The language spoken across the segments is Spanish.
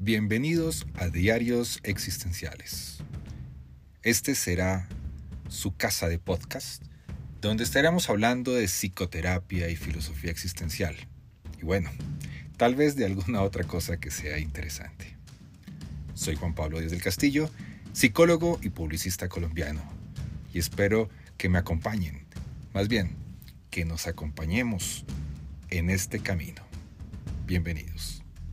Bienvenidos a Diarios Existenciales. Este será su casa de podcast, donde estaremos hablando de psicoterapia y filosofía existencial. Y bueno, tal vez de alguna otra cosa que sea interesante. Soy Juan Pablo Díaz del Castillo, psicólogo y publicista colombiano, y espero que me acompañen, más bien, que nos acompañemos en este camino. Bienvenidos.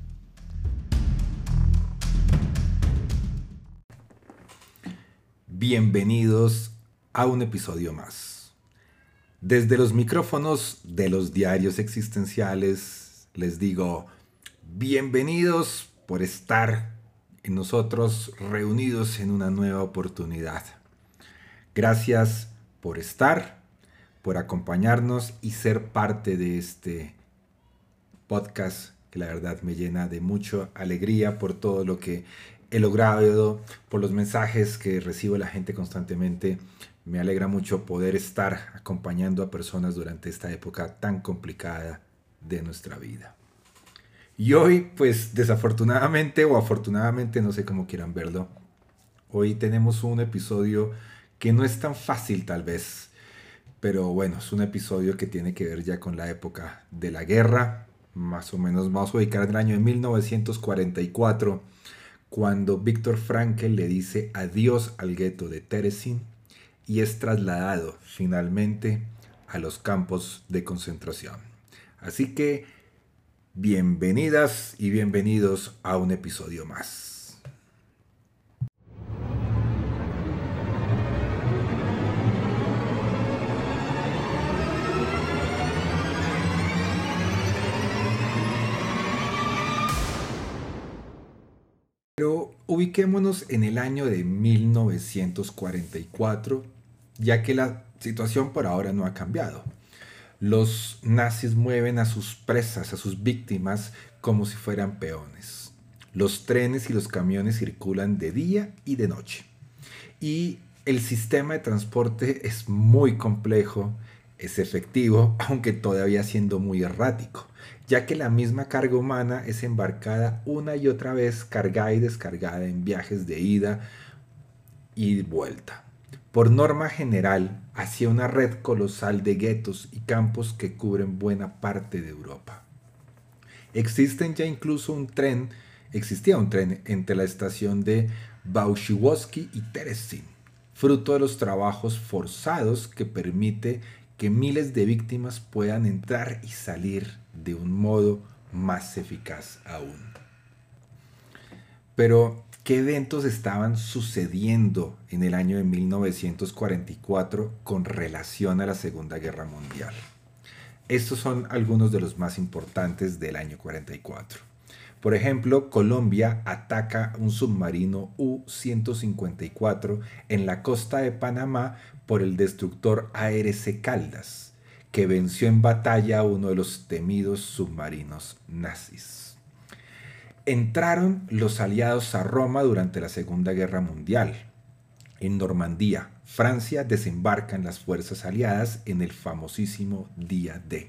Bienvenidos a un episodio más. Desde los micrófonos de los diarios existenciales les digo bienvenidos por estar en nosotros reunidos en una nueva oportunidad. Gracias por estar, por acompañarnos y ser parte de este podcast que la verdad me llena de mucha alegría por todo lo que he logrado, por los mensajes que recibo de la gente constantemente. Me alegra mucho poder estar acompañando a personas durante esta época tan complicada de nuestra vida. Y hoy, pues desafortunadamente o afortunadamente, no sé cómo quieran verlo, hoy tenemos un episodio que no es tan fácil tal vez, pero bueno, es un episodio que tiene que ver ya con la época de la guerra. Más o menos vamos a ubicar en el año de 1944, cuando Viktor Frankl le dice adiós al gueto de Terezín y es trasladado finalmente a los campos de concentración. Así que bienvenidas y bienvenidos a un episodio más. Pero ubiquémonos en el año de 1944, ya que la situación por ahora no ha cambiado. Los nazis mueven a sus presas, a sus víctimas, como si fueran peones. Los trenes y los camiones circulan de día y de noche. Y el sistema de transporte es muy complejo, es efectivo, aunque todavía siendo muy errático, ya que la misma carga humana es embarcada una y otra vez, cargada y descargada en viajes de ida y vuelta. Por norma general, hacia una red colosal de guetos y campos que cubren buena parte de Europa. Existía un tren entre la estación de Bauschwitz y Terezín, fruto de los trabajos forzados que permite que miles de víctimas puedan entrar y salir de un modo más eficaz aún. Pero, ¿qué eventos estaban sucediendo en el año de 1944 con relación a la Segunda Guerra Mundial? Estos son algunos de los más importantes del año 44. Por ejemplo, Colombia ataca un submarino U-154 en la costa de Panamá por el destructor ARC Caldas, que venció en batalla a uno de los temidos submarinos nazis. Entraron los aliados a Roma durante la Segunda Guerra Mundial. En Normandía, Francia desembarcan las fuerzas aliadas en el famosísimo Día D.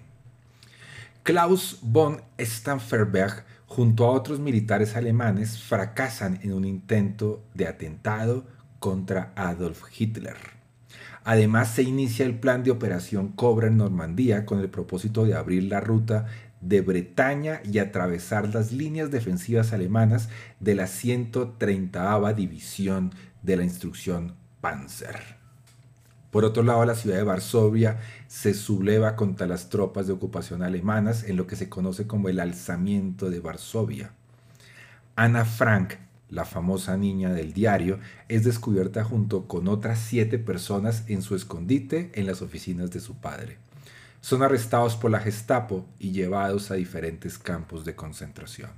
Klaus von Stauffenberg junto a otros militares alemanes fracasan en un intento de atentado contra Adolf Hitler. Además se inicia el plan de Operación Cobra en Normandía con el propósito de abrir la ruta de Bretaña y atravesar las líneas defensivas alemanas de la 130ª División de la Instrucción Panzer. Por otro lado, la ciudad de Varsovia se subleva contra las tropas de ocupación alemanas en lo que se conoce como el Alzamiento de Varsovia. Ana Frank, la famosa niña del diario, es descubierta junto con otras 7 personas en su escondite en las oficinas de su padre. Son arrestados por la Gestapo y llevados a diferentes campos de concentración.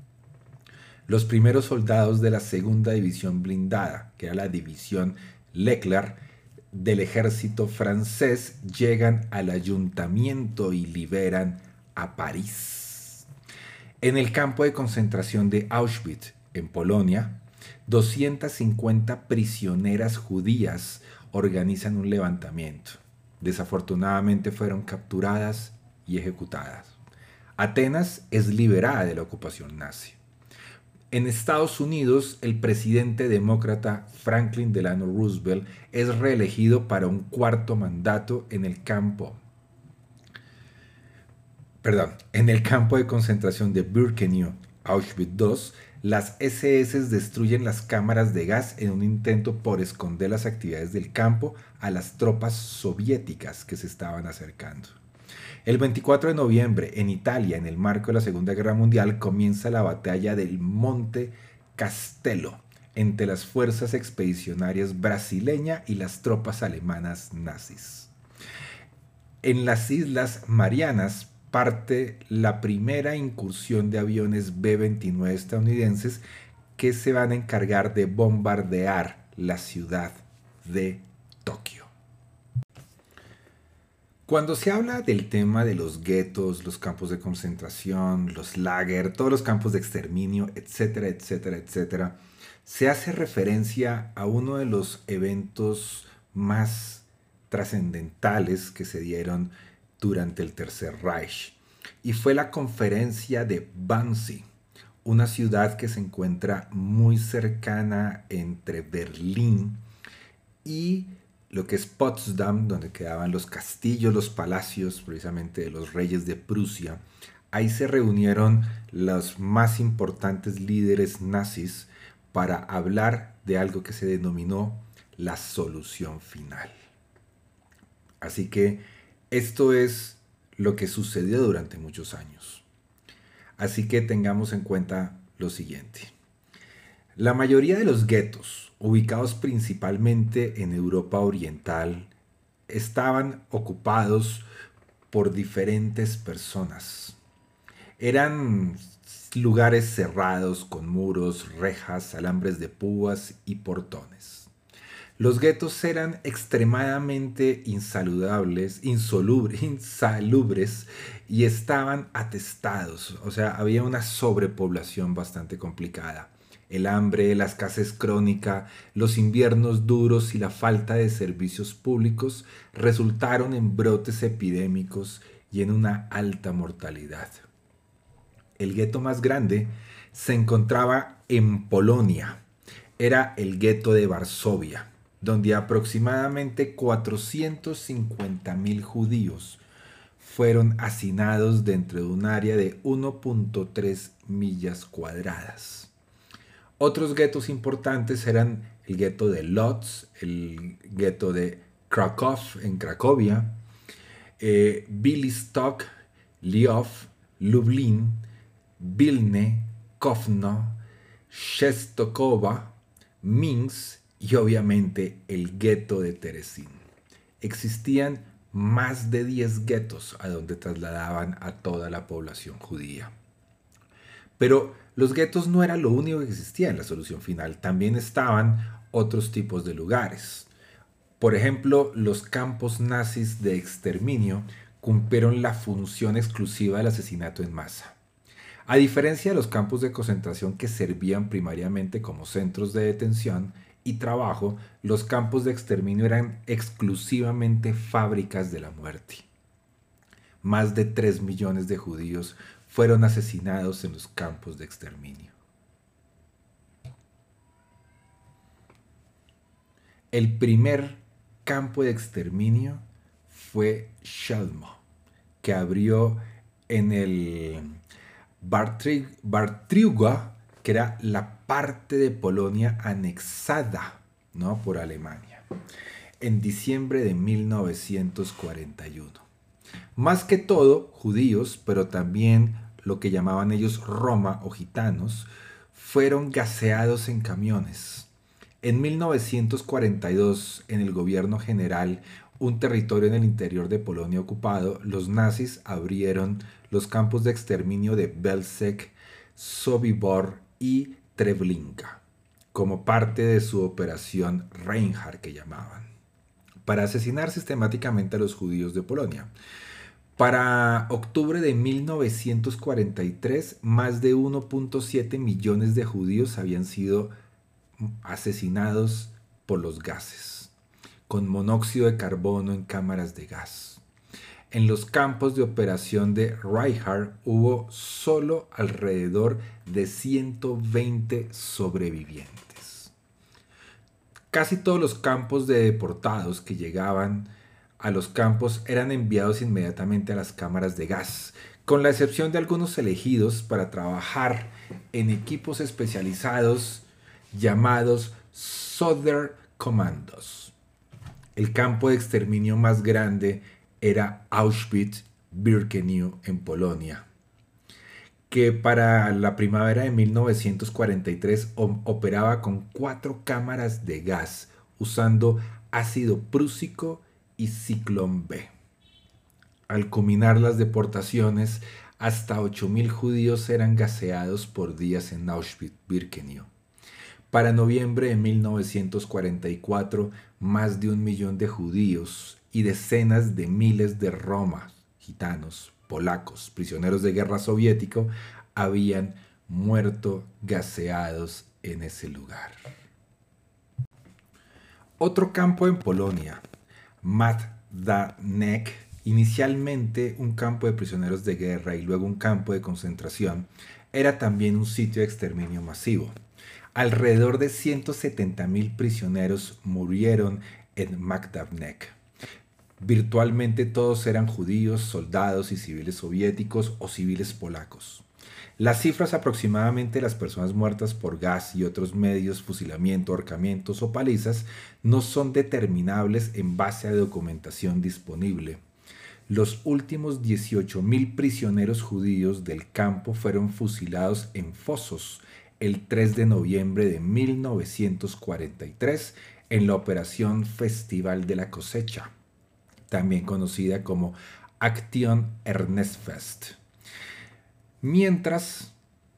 Los primeros soldados de la segunda división blindada, que era la división Leclerc, del ejército francés llegan al ayuntamiento y liberan a París. En el campo de concentración de Auschwitz, en Polonia, 250 prisioneras judías organizan un levantamiento. Desafortunadamente fueron capturadas y ejecutadas. Atenas es liberada de la ocupación nazi. En Estados Unidos, el presidente demócrata Franklin Delano Roosevelt es reelegido para un cuarto mandato en el campo de concentración de Birkenau, Auschwitz II. Las SS destruyen las cámaras de gas en un intento por esconder las actividades del campo a las tropas soviéticas que se estaban acercando. El 24 de noviembre, en Italia, en el marco de la Segunda Guerra Mundial, comienza la batalla del Monte Castello entre las fuerzas expedicionarias brasileñas y las tropas alemanas nazis. En las Islas Marianas parte la primera incursión de aviones B-29 estadounidenses que se van a encargar de bombardear la ciudad de Tokio. Cuando se habla del tema de los guetos, los campos de concentración, los lager, todos los campos de exterminio, etcétera, etcétera, etcétera, se hace referencia a uno de los eventos más trascendentales que se dieron durante el Tercer Reich, y fue la conferencia de Wannsee, una ciudad que se encuentra muy cercana entre Berlín y lo que es Potsdam, donde quedaban los castillos, los palacios precisamente de los reyes de Prusia. Ahí se reunieron los más importantes líderes nazis para hablar de algo que se denominó la solución final. Así que esto es lo que sucedió durante muchos años. Así que tengamos en cuenta lo siguiente. La mayoría de los guetos, ubicados principalmente en Europa Oriental, estaban ocupados por diferentes personas. Eran lugares cerrados con muros, rejas, alambres de púas y portones. Los guetos eran extremadamente insalubres y estaban atestados, o sea, había una sobrepoblación bastante complicada. El hambre, la escasez crónica, los inviernos duros y la falta de servicios públicos resultaron en brotes epidémicos y en una alta mortalidad. El gueto más grande se encontraba en Polonia. Era el gueto de Varsovia, donde aproximadamente 450.000 judíos fueron hacinados dentro de un área de 1.3 millas cuadradas. Otros guetos importantes eran el gueto de Lodz, el gueto de Kraków en Cracovia, Białystok, Lwów, Lublin, Vilna, Kovno, Częstochowa, Minsk y obviamente el gueto de Terezín. Existían más de 10 guetos a donde trasladaban a toda la población judía. Pero los guetos no era lo único que existía en la solución final, también estaban otros tipos de lugares. Por ejemplo, los campos nazis de exterminio cumplieron la función exclusiva del asesinato en masa. A diferencia de los campos de concentración que servían primariamente como centros de detención y trabajo, los campos de exterminio eran exclusivamente fábricas de la muerte. Más de 3 millones de judíos fueron asesinados en los campos de exterminio. El primer campo de exterminio fue Chelmno, que abrió en el Bartriuga, que era la parte de Polonia anexada, ¿no?, por Alemania, en diciembre de 1941. Más que todo judíos, pero también lo que llamaban ellos Roma o gitanos, fueron gaseados en camiones. En 1942, en el gobierno general, un territorio en el interior de Polonia ocupado, los nazis abrieron los campos de exterminio de Belzec, Sobibor y Treblinka, como parte de su operación Reinhardt, que llamaban, para asesinar sistemáticamente a los judíos de Polonia. Para octubre de 1943, más de 1.7 millones de judíos habían sido asesinados por los gases, con monóxido de carbono en cámaras de gas. en los campos de operación de Reinhardt hubo solo alrededor de 120 sobrevivientes. Casi todos los campos de deportados que llegaban a los campos eran enviados inmediatamente a las cámaras de gas, con la excepción de algunos elegidos para trabajar en equipos especializados llamados Southern Commandos. El campo de exterminio más grande era Auschwitz-Birkenau en Polonia, que para la primavera de 1943 operaba con 4 cámaras de gas usando ácido prúsico y ciclón B. Al culminar las deportaciones, hasta 8.000 judíos eran gaseados por días en Auschwitz-Birkenau. Para noviembre de 1944, más de 1 millón de judíos y decenas de miles de romas, gitanos, polacos, prisioneros de guerra soviético, habían muerto gaseados en ese lugar. Otro campo en Polonia, Majdanek, inicialmente un campo de prisioneros de guerra y luego un campo de concentración, era también un sitio de exterminio masivo. Alrededor de 170.000 prisioneros murieron en Majdanek. Virtualmente todos eran judíos, soldados y civiles soviéticos o civiles polacos. Las cifras aproximadamente de las personas muertas por gas y otros medios, fusilamiento, ahorcamientos o palizas, no son determinables en base a documentación disponible. Los últimos 18.000 prisioneros judíos del campo fueron fusilados en fosos el 3 de noviembre de 1943 en la operación Festival de la Cosecha, también conocida como Aktion Ernstfest. Mientras,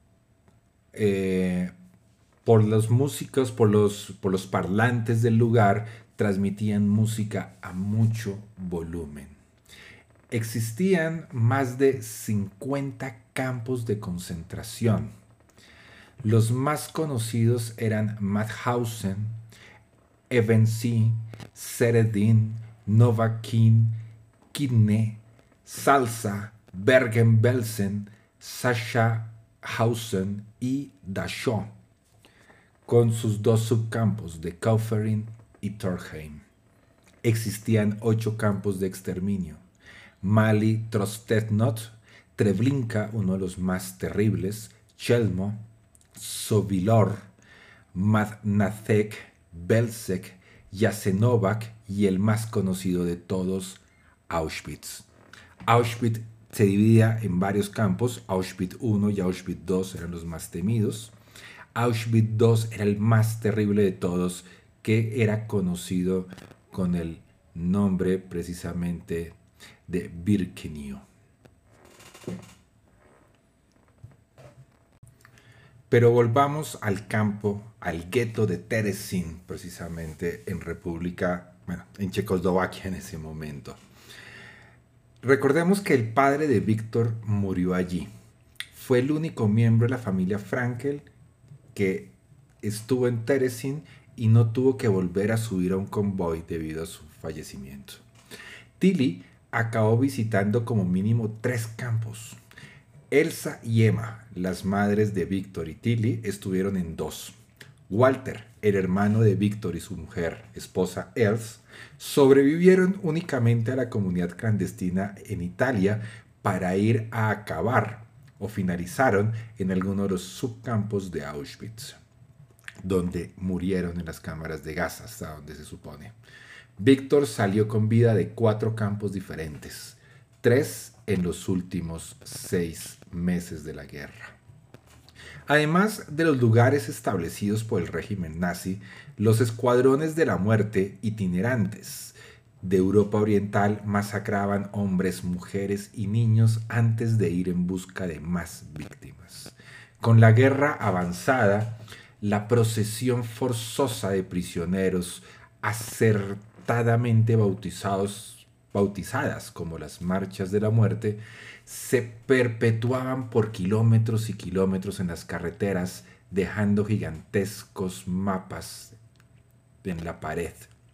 por los músicos, por los parlantes del lugar, transmitían música a mucho volumen. Existían más de 50 campos de concentración. Los más conocidos eran Mauthausen, Ebensee, Seredin, Novakin, Kidne, Salza, Bergen-Belsen, Sachsenhausen y Dachau, con sus 2 subcampos de Kaufering y Torheim. Existían 8 campos de exterminio: Mali, Trostetnot, Treblinka, uno de los más terribles, Chelmo, Sovilor, Majdanek, Belzec, Jasenovac y el más conocido de todos, Auschwitz. Auschwitz se dividía en varios campos. Auschwitz I y Auschwitz II eran los más temidos. Auschwitz II era el más terrible de todos, que era conocido con el nombre precisamente de Birkenau. Pero volvamos al campo, al gueto de Terezín, precisamente en en Checoslovaquia en ese momento. Recordemos que el padre de Víctor murió allí. Fue el único miembro de la familia Frankel que estuvo en Terezín y no tuvo que volver a subir a un convoy debido a su fallecimiento. Tilly acabó visitando como mínimo 3 campos. Elsa y Emma, las madres de Víctor y Tilly, estuvieron en 2. Walter, el hermano de Víctor y su mujer, esposa Els, sobrevivieron únicamente a la comunidad clandestina en Italia para ir a acabar o finalizaron en alguno de los subcampos de Auschwitz, donde murieron en las cámaras de gas, hasta donde se supone. Víctor salió con vida de 4 campos diferentes, 3 en los últimos 6 meses de la guerra. Además de los lugares establecidos por el régimen nazi, los escuadrones de la muerte itinerantes de Europa Oriental masacraban hombres, mujeres y niños antes de ir en busca de más víctimas. Con la guerra avanzada, la procesión forzosa de prisioneros acertadamente bautizadas como las marchas de la muerte, se perpetuaban por kilómetros y kilómetros en las carreteras, dejando gigantescos mapas en la pared.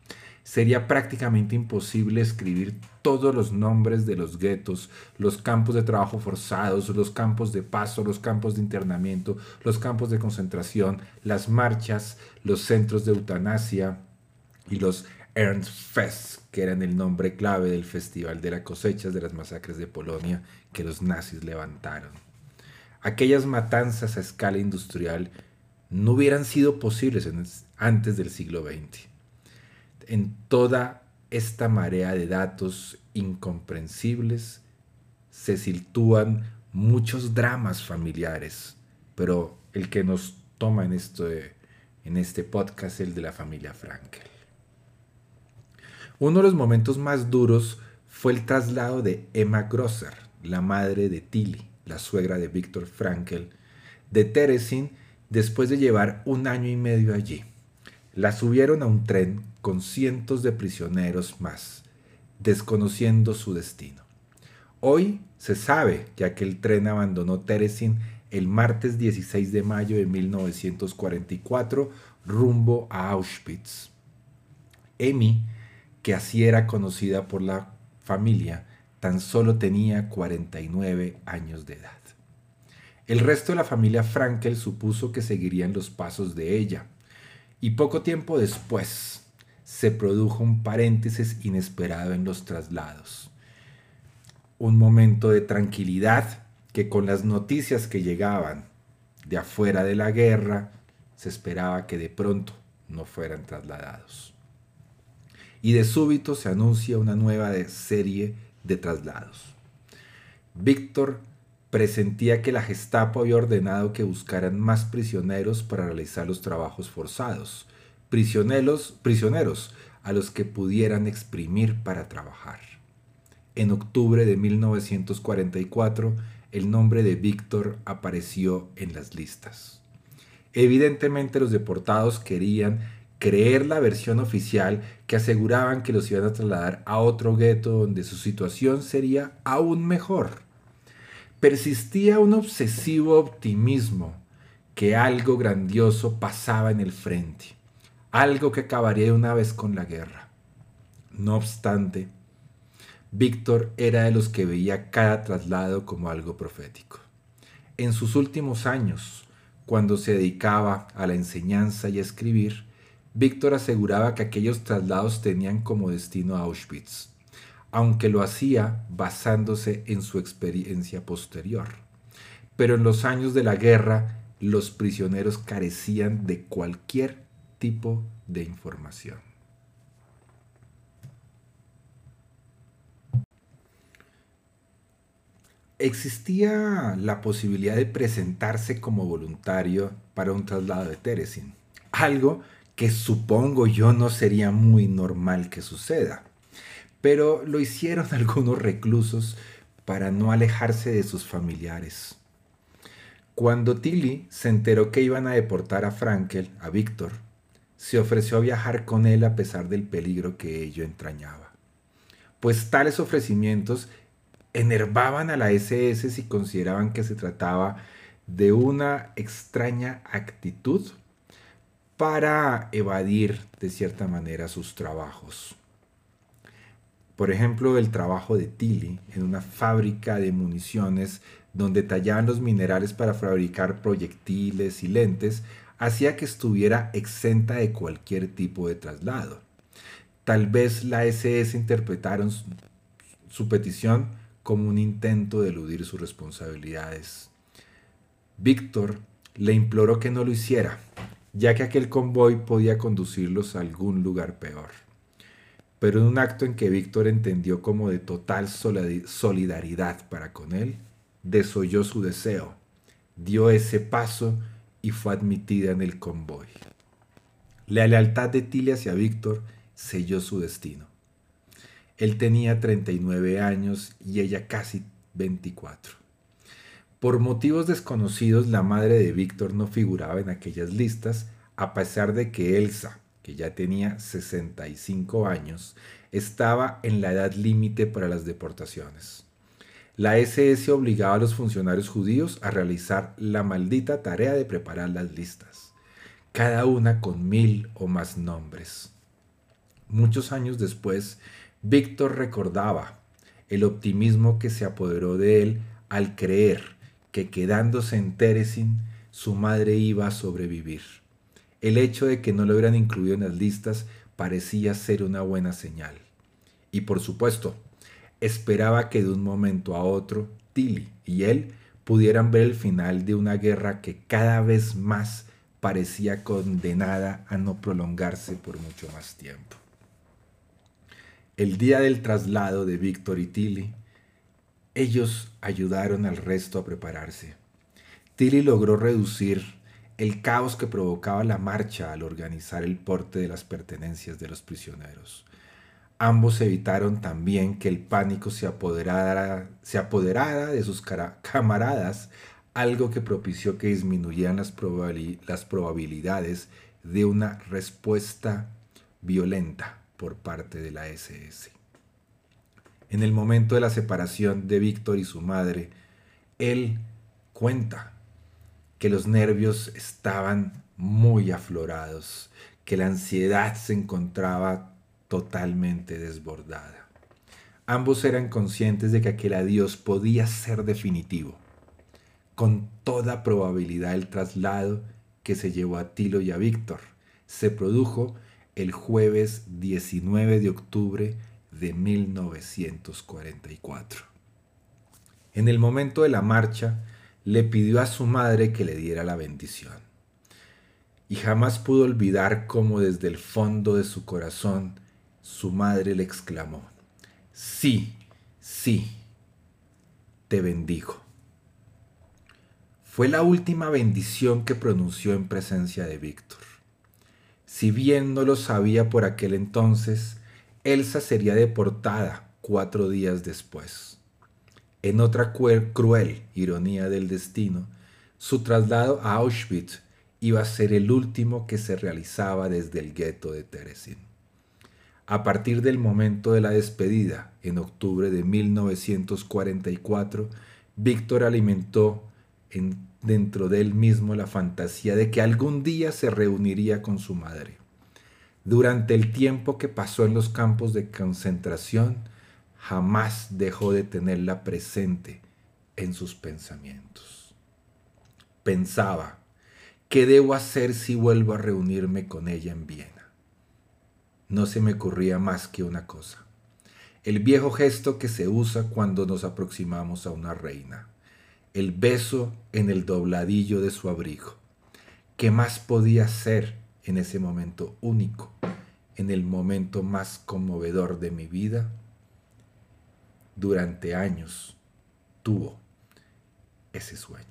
Sería prácticamente imposible escribir todos los nombres de los guetos, los campos de trabajo forzados, los campos de paso, los campos de internamiento, los campos de concentración, las marchas, los centros de eutanasia y los Ernstfest, que eran el nombre clave del Festival de las Cosechas de las masacres de Polonia que los nazis levantaron. Aquellas matanzas a escala industrial no hubieran sido posibles antes del siglo XX. En toda esta marea de datos incomprensibles se sitúan muchos dramas familiares, pero el que nos toma en este podcast es el de la familia Frankel. Uno de los momentos más duros fue el traslado de Emma Grosser, la madre de Tilly, la suegra de Viktor Frankl, de Terezín después de llevar 1 año y medio allí. La subieron a un tren con cientos de prisioneros más, desconociendo su destino. Hoy se sabe que aquel tren abandonó Terezín el martes 16 de mayo de 1944 rumbo a Auschwitz. Emmy, que así era conocida por la familia, tan solo tenía 49 años de edad. El resto de la familia Frankel supuso que seguirían los pasos de ella, y poco tiempo después se produjo un paréntesis inesperado en los traslados. Un momento de tranquilidad que con las noticias que llegaban de afuera de la guerra se esperaba que de pronto no fueran trasladados. Y de súbito se anuncia una nueva serie de traslados. Víctor presentía que la Gestapo había ordenado que buscaran más prisioneros para realizar los trabajos forzados, prisioneros a los que pudieran exprimir para trabajar. En octubre de 1944, el nombre de Víctor apareció en las listas. Evidentemente los deportados querían creer la versión oficial que aseguraban que los iban a trasladar a otro gueto donde su situación sería aún mejor. Persistía un obsesivo optimismo que algo grandioso pasaba en el frente, algo que acabaría de una vez con la guerra. No obstante, Víctor era de los que veía cada traslado como algo profético. En sus últimos años, cuando se dedicaba a la enseñanza y a escribir, Víctor aseguraba que aquellos traslados tenían como destino a Auschwitz, aunque lo hacía basándose en su experiencia posterior. Pero en los años de la guerra, los prisioneros carecían de cualquier tipo de información. Existía la posibilidad de presentarse como voluntario para un traslado de Terezín, algo que supongo yo no sería muy normal que suceda, pero lo hicieron algunos reclusos para no alejarse de sus familiares. Cuando Tilly se enteró que iban a deportar a Frankl, a Víctor, se ofreció a viajar con él a pesar del peligro que ello entrañaba. Pues tales ofrecimientos enervaban a la SS si consideraban que se trataba de una extraña actitud para evadir de cierta manera sus trabajos. Por ejemplo, el trabajo de Tilly en una fábrica de municiones donde tallaban los minerales para fabricar proyectiles y lentes hacía que estuviera exenta de cualquier tipo de traslado. Tal vez la SS interpretaron su petición como un intento de eludir sus responsabilidades. Víctor le imploró que no lo hiciera, ya que aquel convoy podía conducirlos a algún lugar peor. Pero en un acto en que Víctor entendió como de total solidaridad para con él, desoyó su deseo, dio ese paso y fue admitida en el convoy. La lealtad de Tilly hacia Víctor selló su destino. Él tenía 39 años y ella casi 24. Por motivos desconocidos, la madre de Víctor no figuraba en aquellas listas, a pesar de que Elsa, que ya tenía 65 años, estaba en la edad límite para las deportaciones. La SS obligaba a los funcionarios judíos a realizar la maldita tarea de preparar las listas, cada una con 1000 o más nombres. Muchos años después, Víctor recordaba el optimismo que se apoderó de él al creer que quedándose en Terezín, su madre iba a sobrevivir. El hecho de que no lo hubieran incluido en las listas parecía ser una buena señal. Y por supuesto, esperaba que de un momento a otro Tilly y él pudieran ver el final de una guerra que cada vez más parecía condenada a no prolongarse por mucho más tiempo. El día del traslado de Víctor y Tilly, ellos ayudaron al resto a prepararse. Tilly logró reducir el caos que provocaba la marcha al organizar el porte de las pertenencias de los prisioneros. Ambos evitaron también que el pánico se apoderara de sus camaradas, algo que propició que disminuyeran las probabilidades de una respuesta violenta por parte de la SS. En el momento de la separación de Víctor y su madre, él cuenta que los nervios estaban muy aflorados, que la ansiedad se encontraba totalmente desbordada. Ambos eran conscientes de que aquel adiós podía ser definitivo. Con toda probabilidad el traslado que se llevó a Tilo y a Víctor se produjo el jueves 19 de octubre de 1944. En el momento de la marcha, le pidió a su madre que le diera la bendición. Y jamás pudo olvidar cómo desde el fondo de su corazón su madre le exclamó: sí, sí, te bendigo. Fue la última bendición que pronunció en presencia de Víctor. Si bien no lo sabía por aquel entonces, Elsa sería deportada 4 días después. En otra cruel ironía del destino, su traslado a Auschwitz iba a ser el último que se realizaba desde el gueto de Terezín. A partir del momento de la despedida, en octubre de 1944, Víctor alimentó dentro de él mismo la fantasía de que algún día se reuniría con su madre. Durante el tiempo que pasó en los campos de concentración, jamás dejó de tenerla presente en sus pensamientos. Pensaba: ¿qué debo hacer si vuelvo a reunirme con ella en Viena? No se me ocurría más que una cosa: el viejo gesto que se usa cuando nos aproximamos a una reina, el beso en el dobladillo de su abrigo. ¿Qué más podía hacer en ese momento único, en el momento más conmovedor de mi vida? Durante años tuvo ese sueño.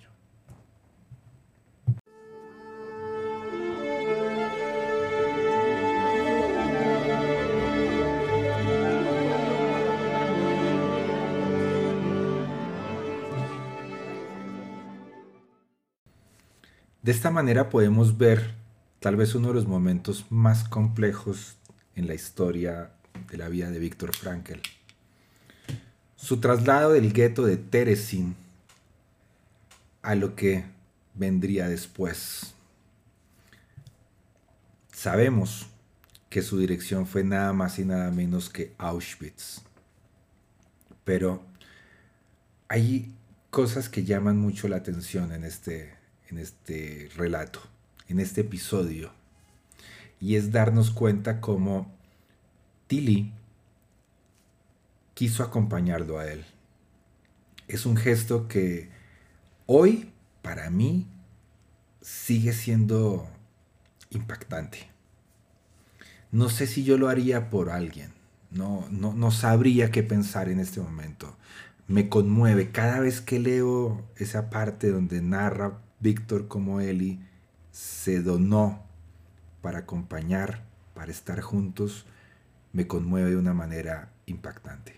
De esta manera podemos ver tal vez uno de los momentos más complejos en la historia de la vida de Viktor Frankl. Su traslado del gueto de Terezín a lo que vendría después. Sabemos que su dirección fue nada más y nada menos que Auschwitz. Pero hay cosas que llaman mucho la atención en este relato, en este episodio. Y es darnos cuenta cómo Tilly quiso acompañarlo a él. Es un gesto que hoy, para mí, sigue siendo impactante. No sé si yo lo haría por alguien. No sabría qué pensar en este momento. Me conmueve cada vez que leo esa parte donde narra Víctor cómo Eli se donó para acompañar, para estar juntos. Me conmueve de una manera impactante.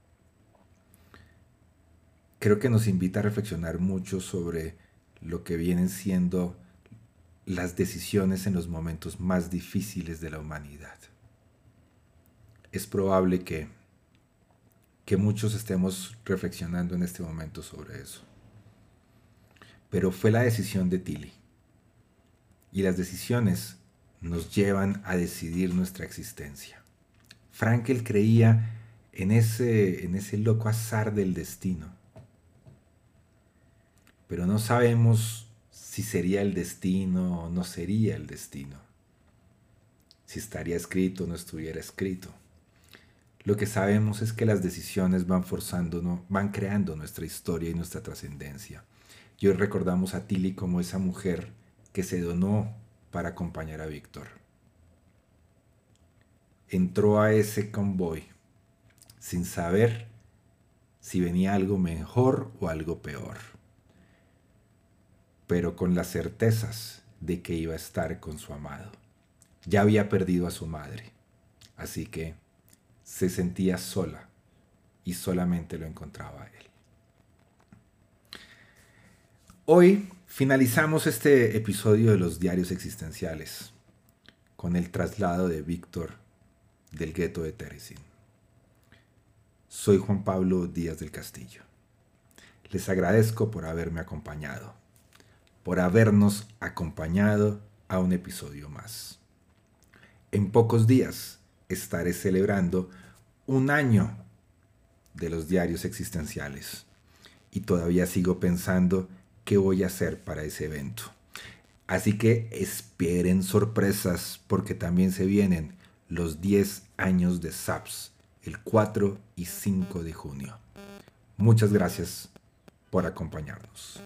Creo que nos invita a reflexionar mucho sobre lo que vienen siendo las decisiones en los momentos más difíciles de la humanidad. Es probable que muchos estemos reflexionando en este momento sobre eso. Pero fue la decisión de Tilly. Y las decisiones nos llevan a decidir nuestra existencia. Frankl creía en ese loco azar del destino. Pero no sabemos si sería el destino o no sería el destino. Si estaría escrito o no estuviera escrito. Lo que sabemos es que las decisiones van creando nuestra historia y nuestra trascendencia. Y hoy recordamos a Tilly como esa mujer que se donó para acompañar a Víctor. Entró a ese convoy sin saber si venía algo mejor o algo peor, pero con las certezas de que iba a estar con su amado. Ya había perdido a su madre, así que se sentía sola y solamente lo encontraba a él. Hoy finalizamos este episodio de los diarios existenciales con el traslado de Víctor del gueto de Terezín. Soy Juan Pablo Díaz del Castillo. Les agradezco por haberme acompañado, por habernos acompañado a un episodio más. En pocos días estaré celebrando un año de los diarios existenciales y todavía sigo pensando qué voy a hacer para ese evento. Así que esperen sorpresas porque también se vienen los 10 años de SAPS, el 4 y 5 de junio. Muchas gracias por acompañarnos.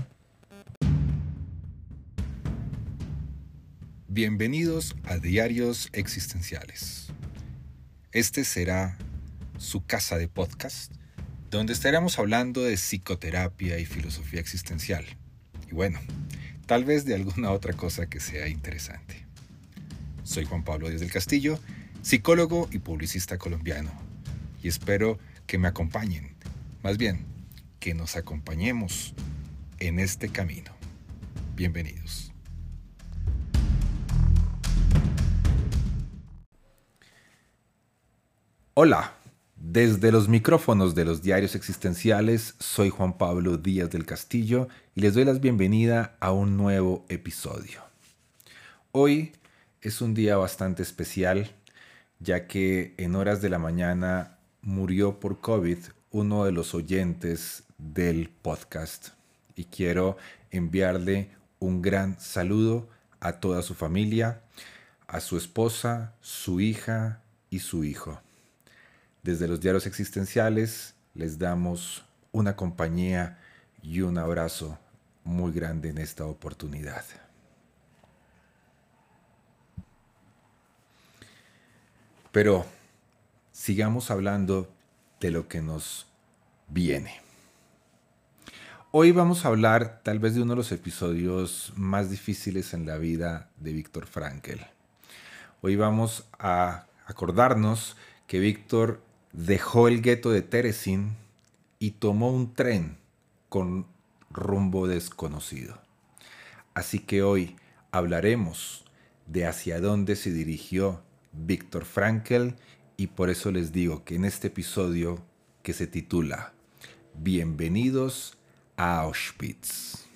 Bienvenidos a Diarios Existenciales. Este será su casa de podcast, donde estaremos hablando de psicoterapia y filosofía existencial. Y bueno, tal vez de alguna otra cosa que sea interesante. Soy Juan Pablo Díaz del Castillo, psicólogo y publicista colombiano, y espero que me acompañen, más bien, que nos acompañemos en este camino. Bienvenidos. Hola, desde los micrófonos de los diarios existenciales, soy Juan Pablo Díaz del Castillo y les doy la bienvenida a un nuevo episodio. Hoy es un día bastante especial, ya que en horas de la mañana murió por COVID uno de los oyentes del podcast y quiero enviarle un gran saludo a toda su familia, a su esposa, su hija y su hijo. Desde los diarios existenciales les damos una compañía y un abrazo muy grande en esta oportunidad. Pero sigamos hablando de lo que nos viene. Hoy vamos a hablar tal vez de uno de los episodios más difíciles en la vida de Víctor Frankl. Hoy vamos a acordarnos que Víctor dejó el gueto de Terezín y tomó un tren con rumbo desconocido. Así que hoy hablaremos de hacia dónde se dirigió Víctor Frankl y por eso les digo que en este episodio que se titula Bienvenidos a Auschwitz.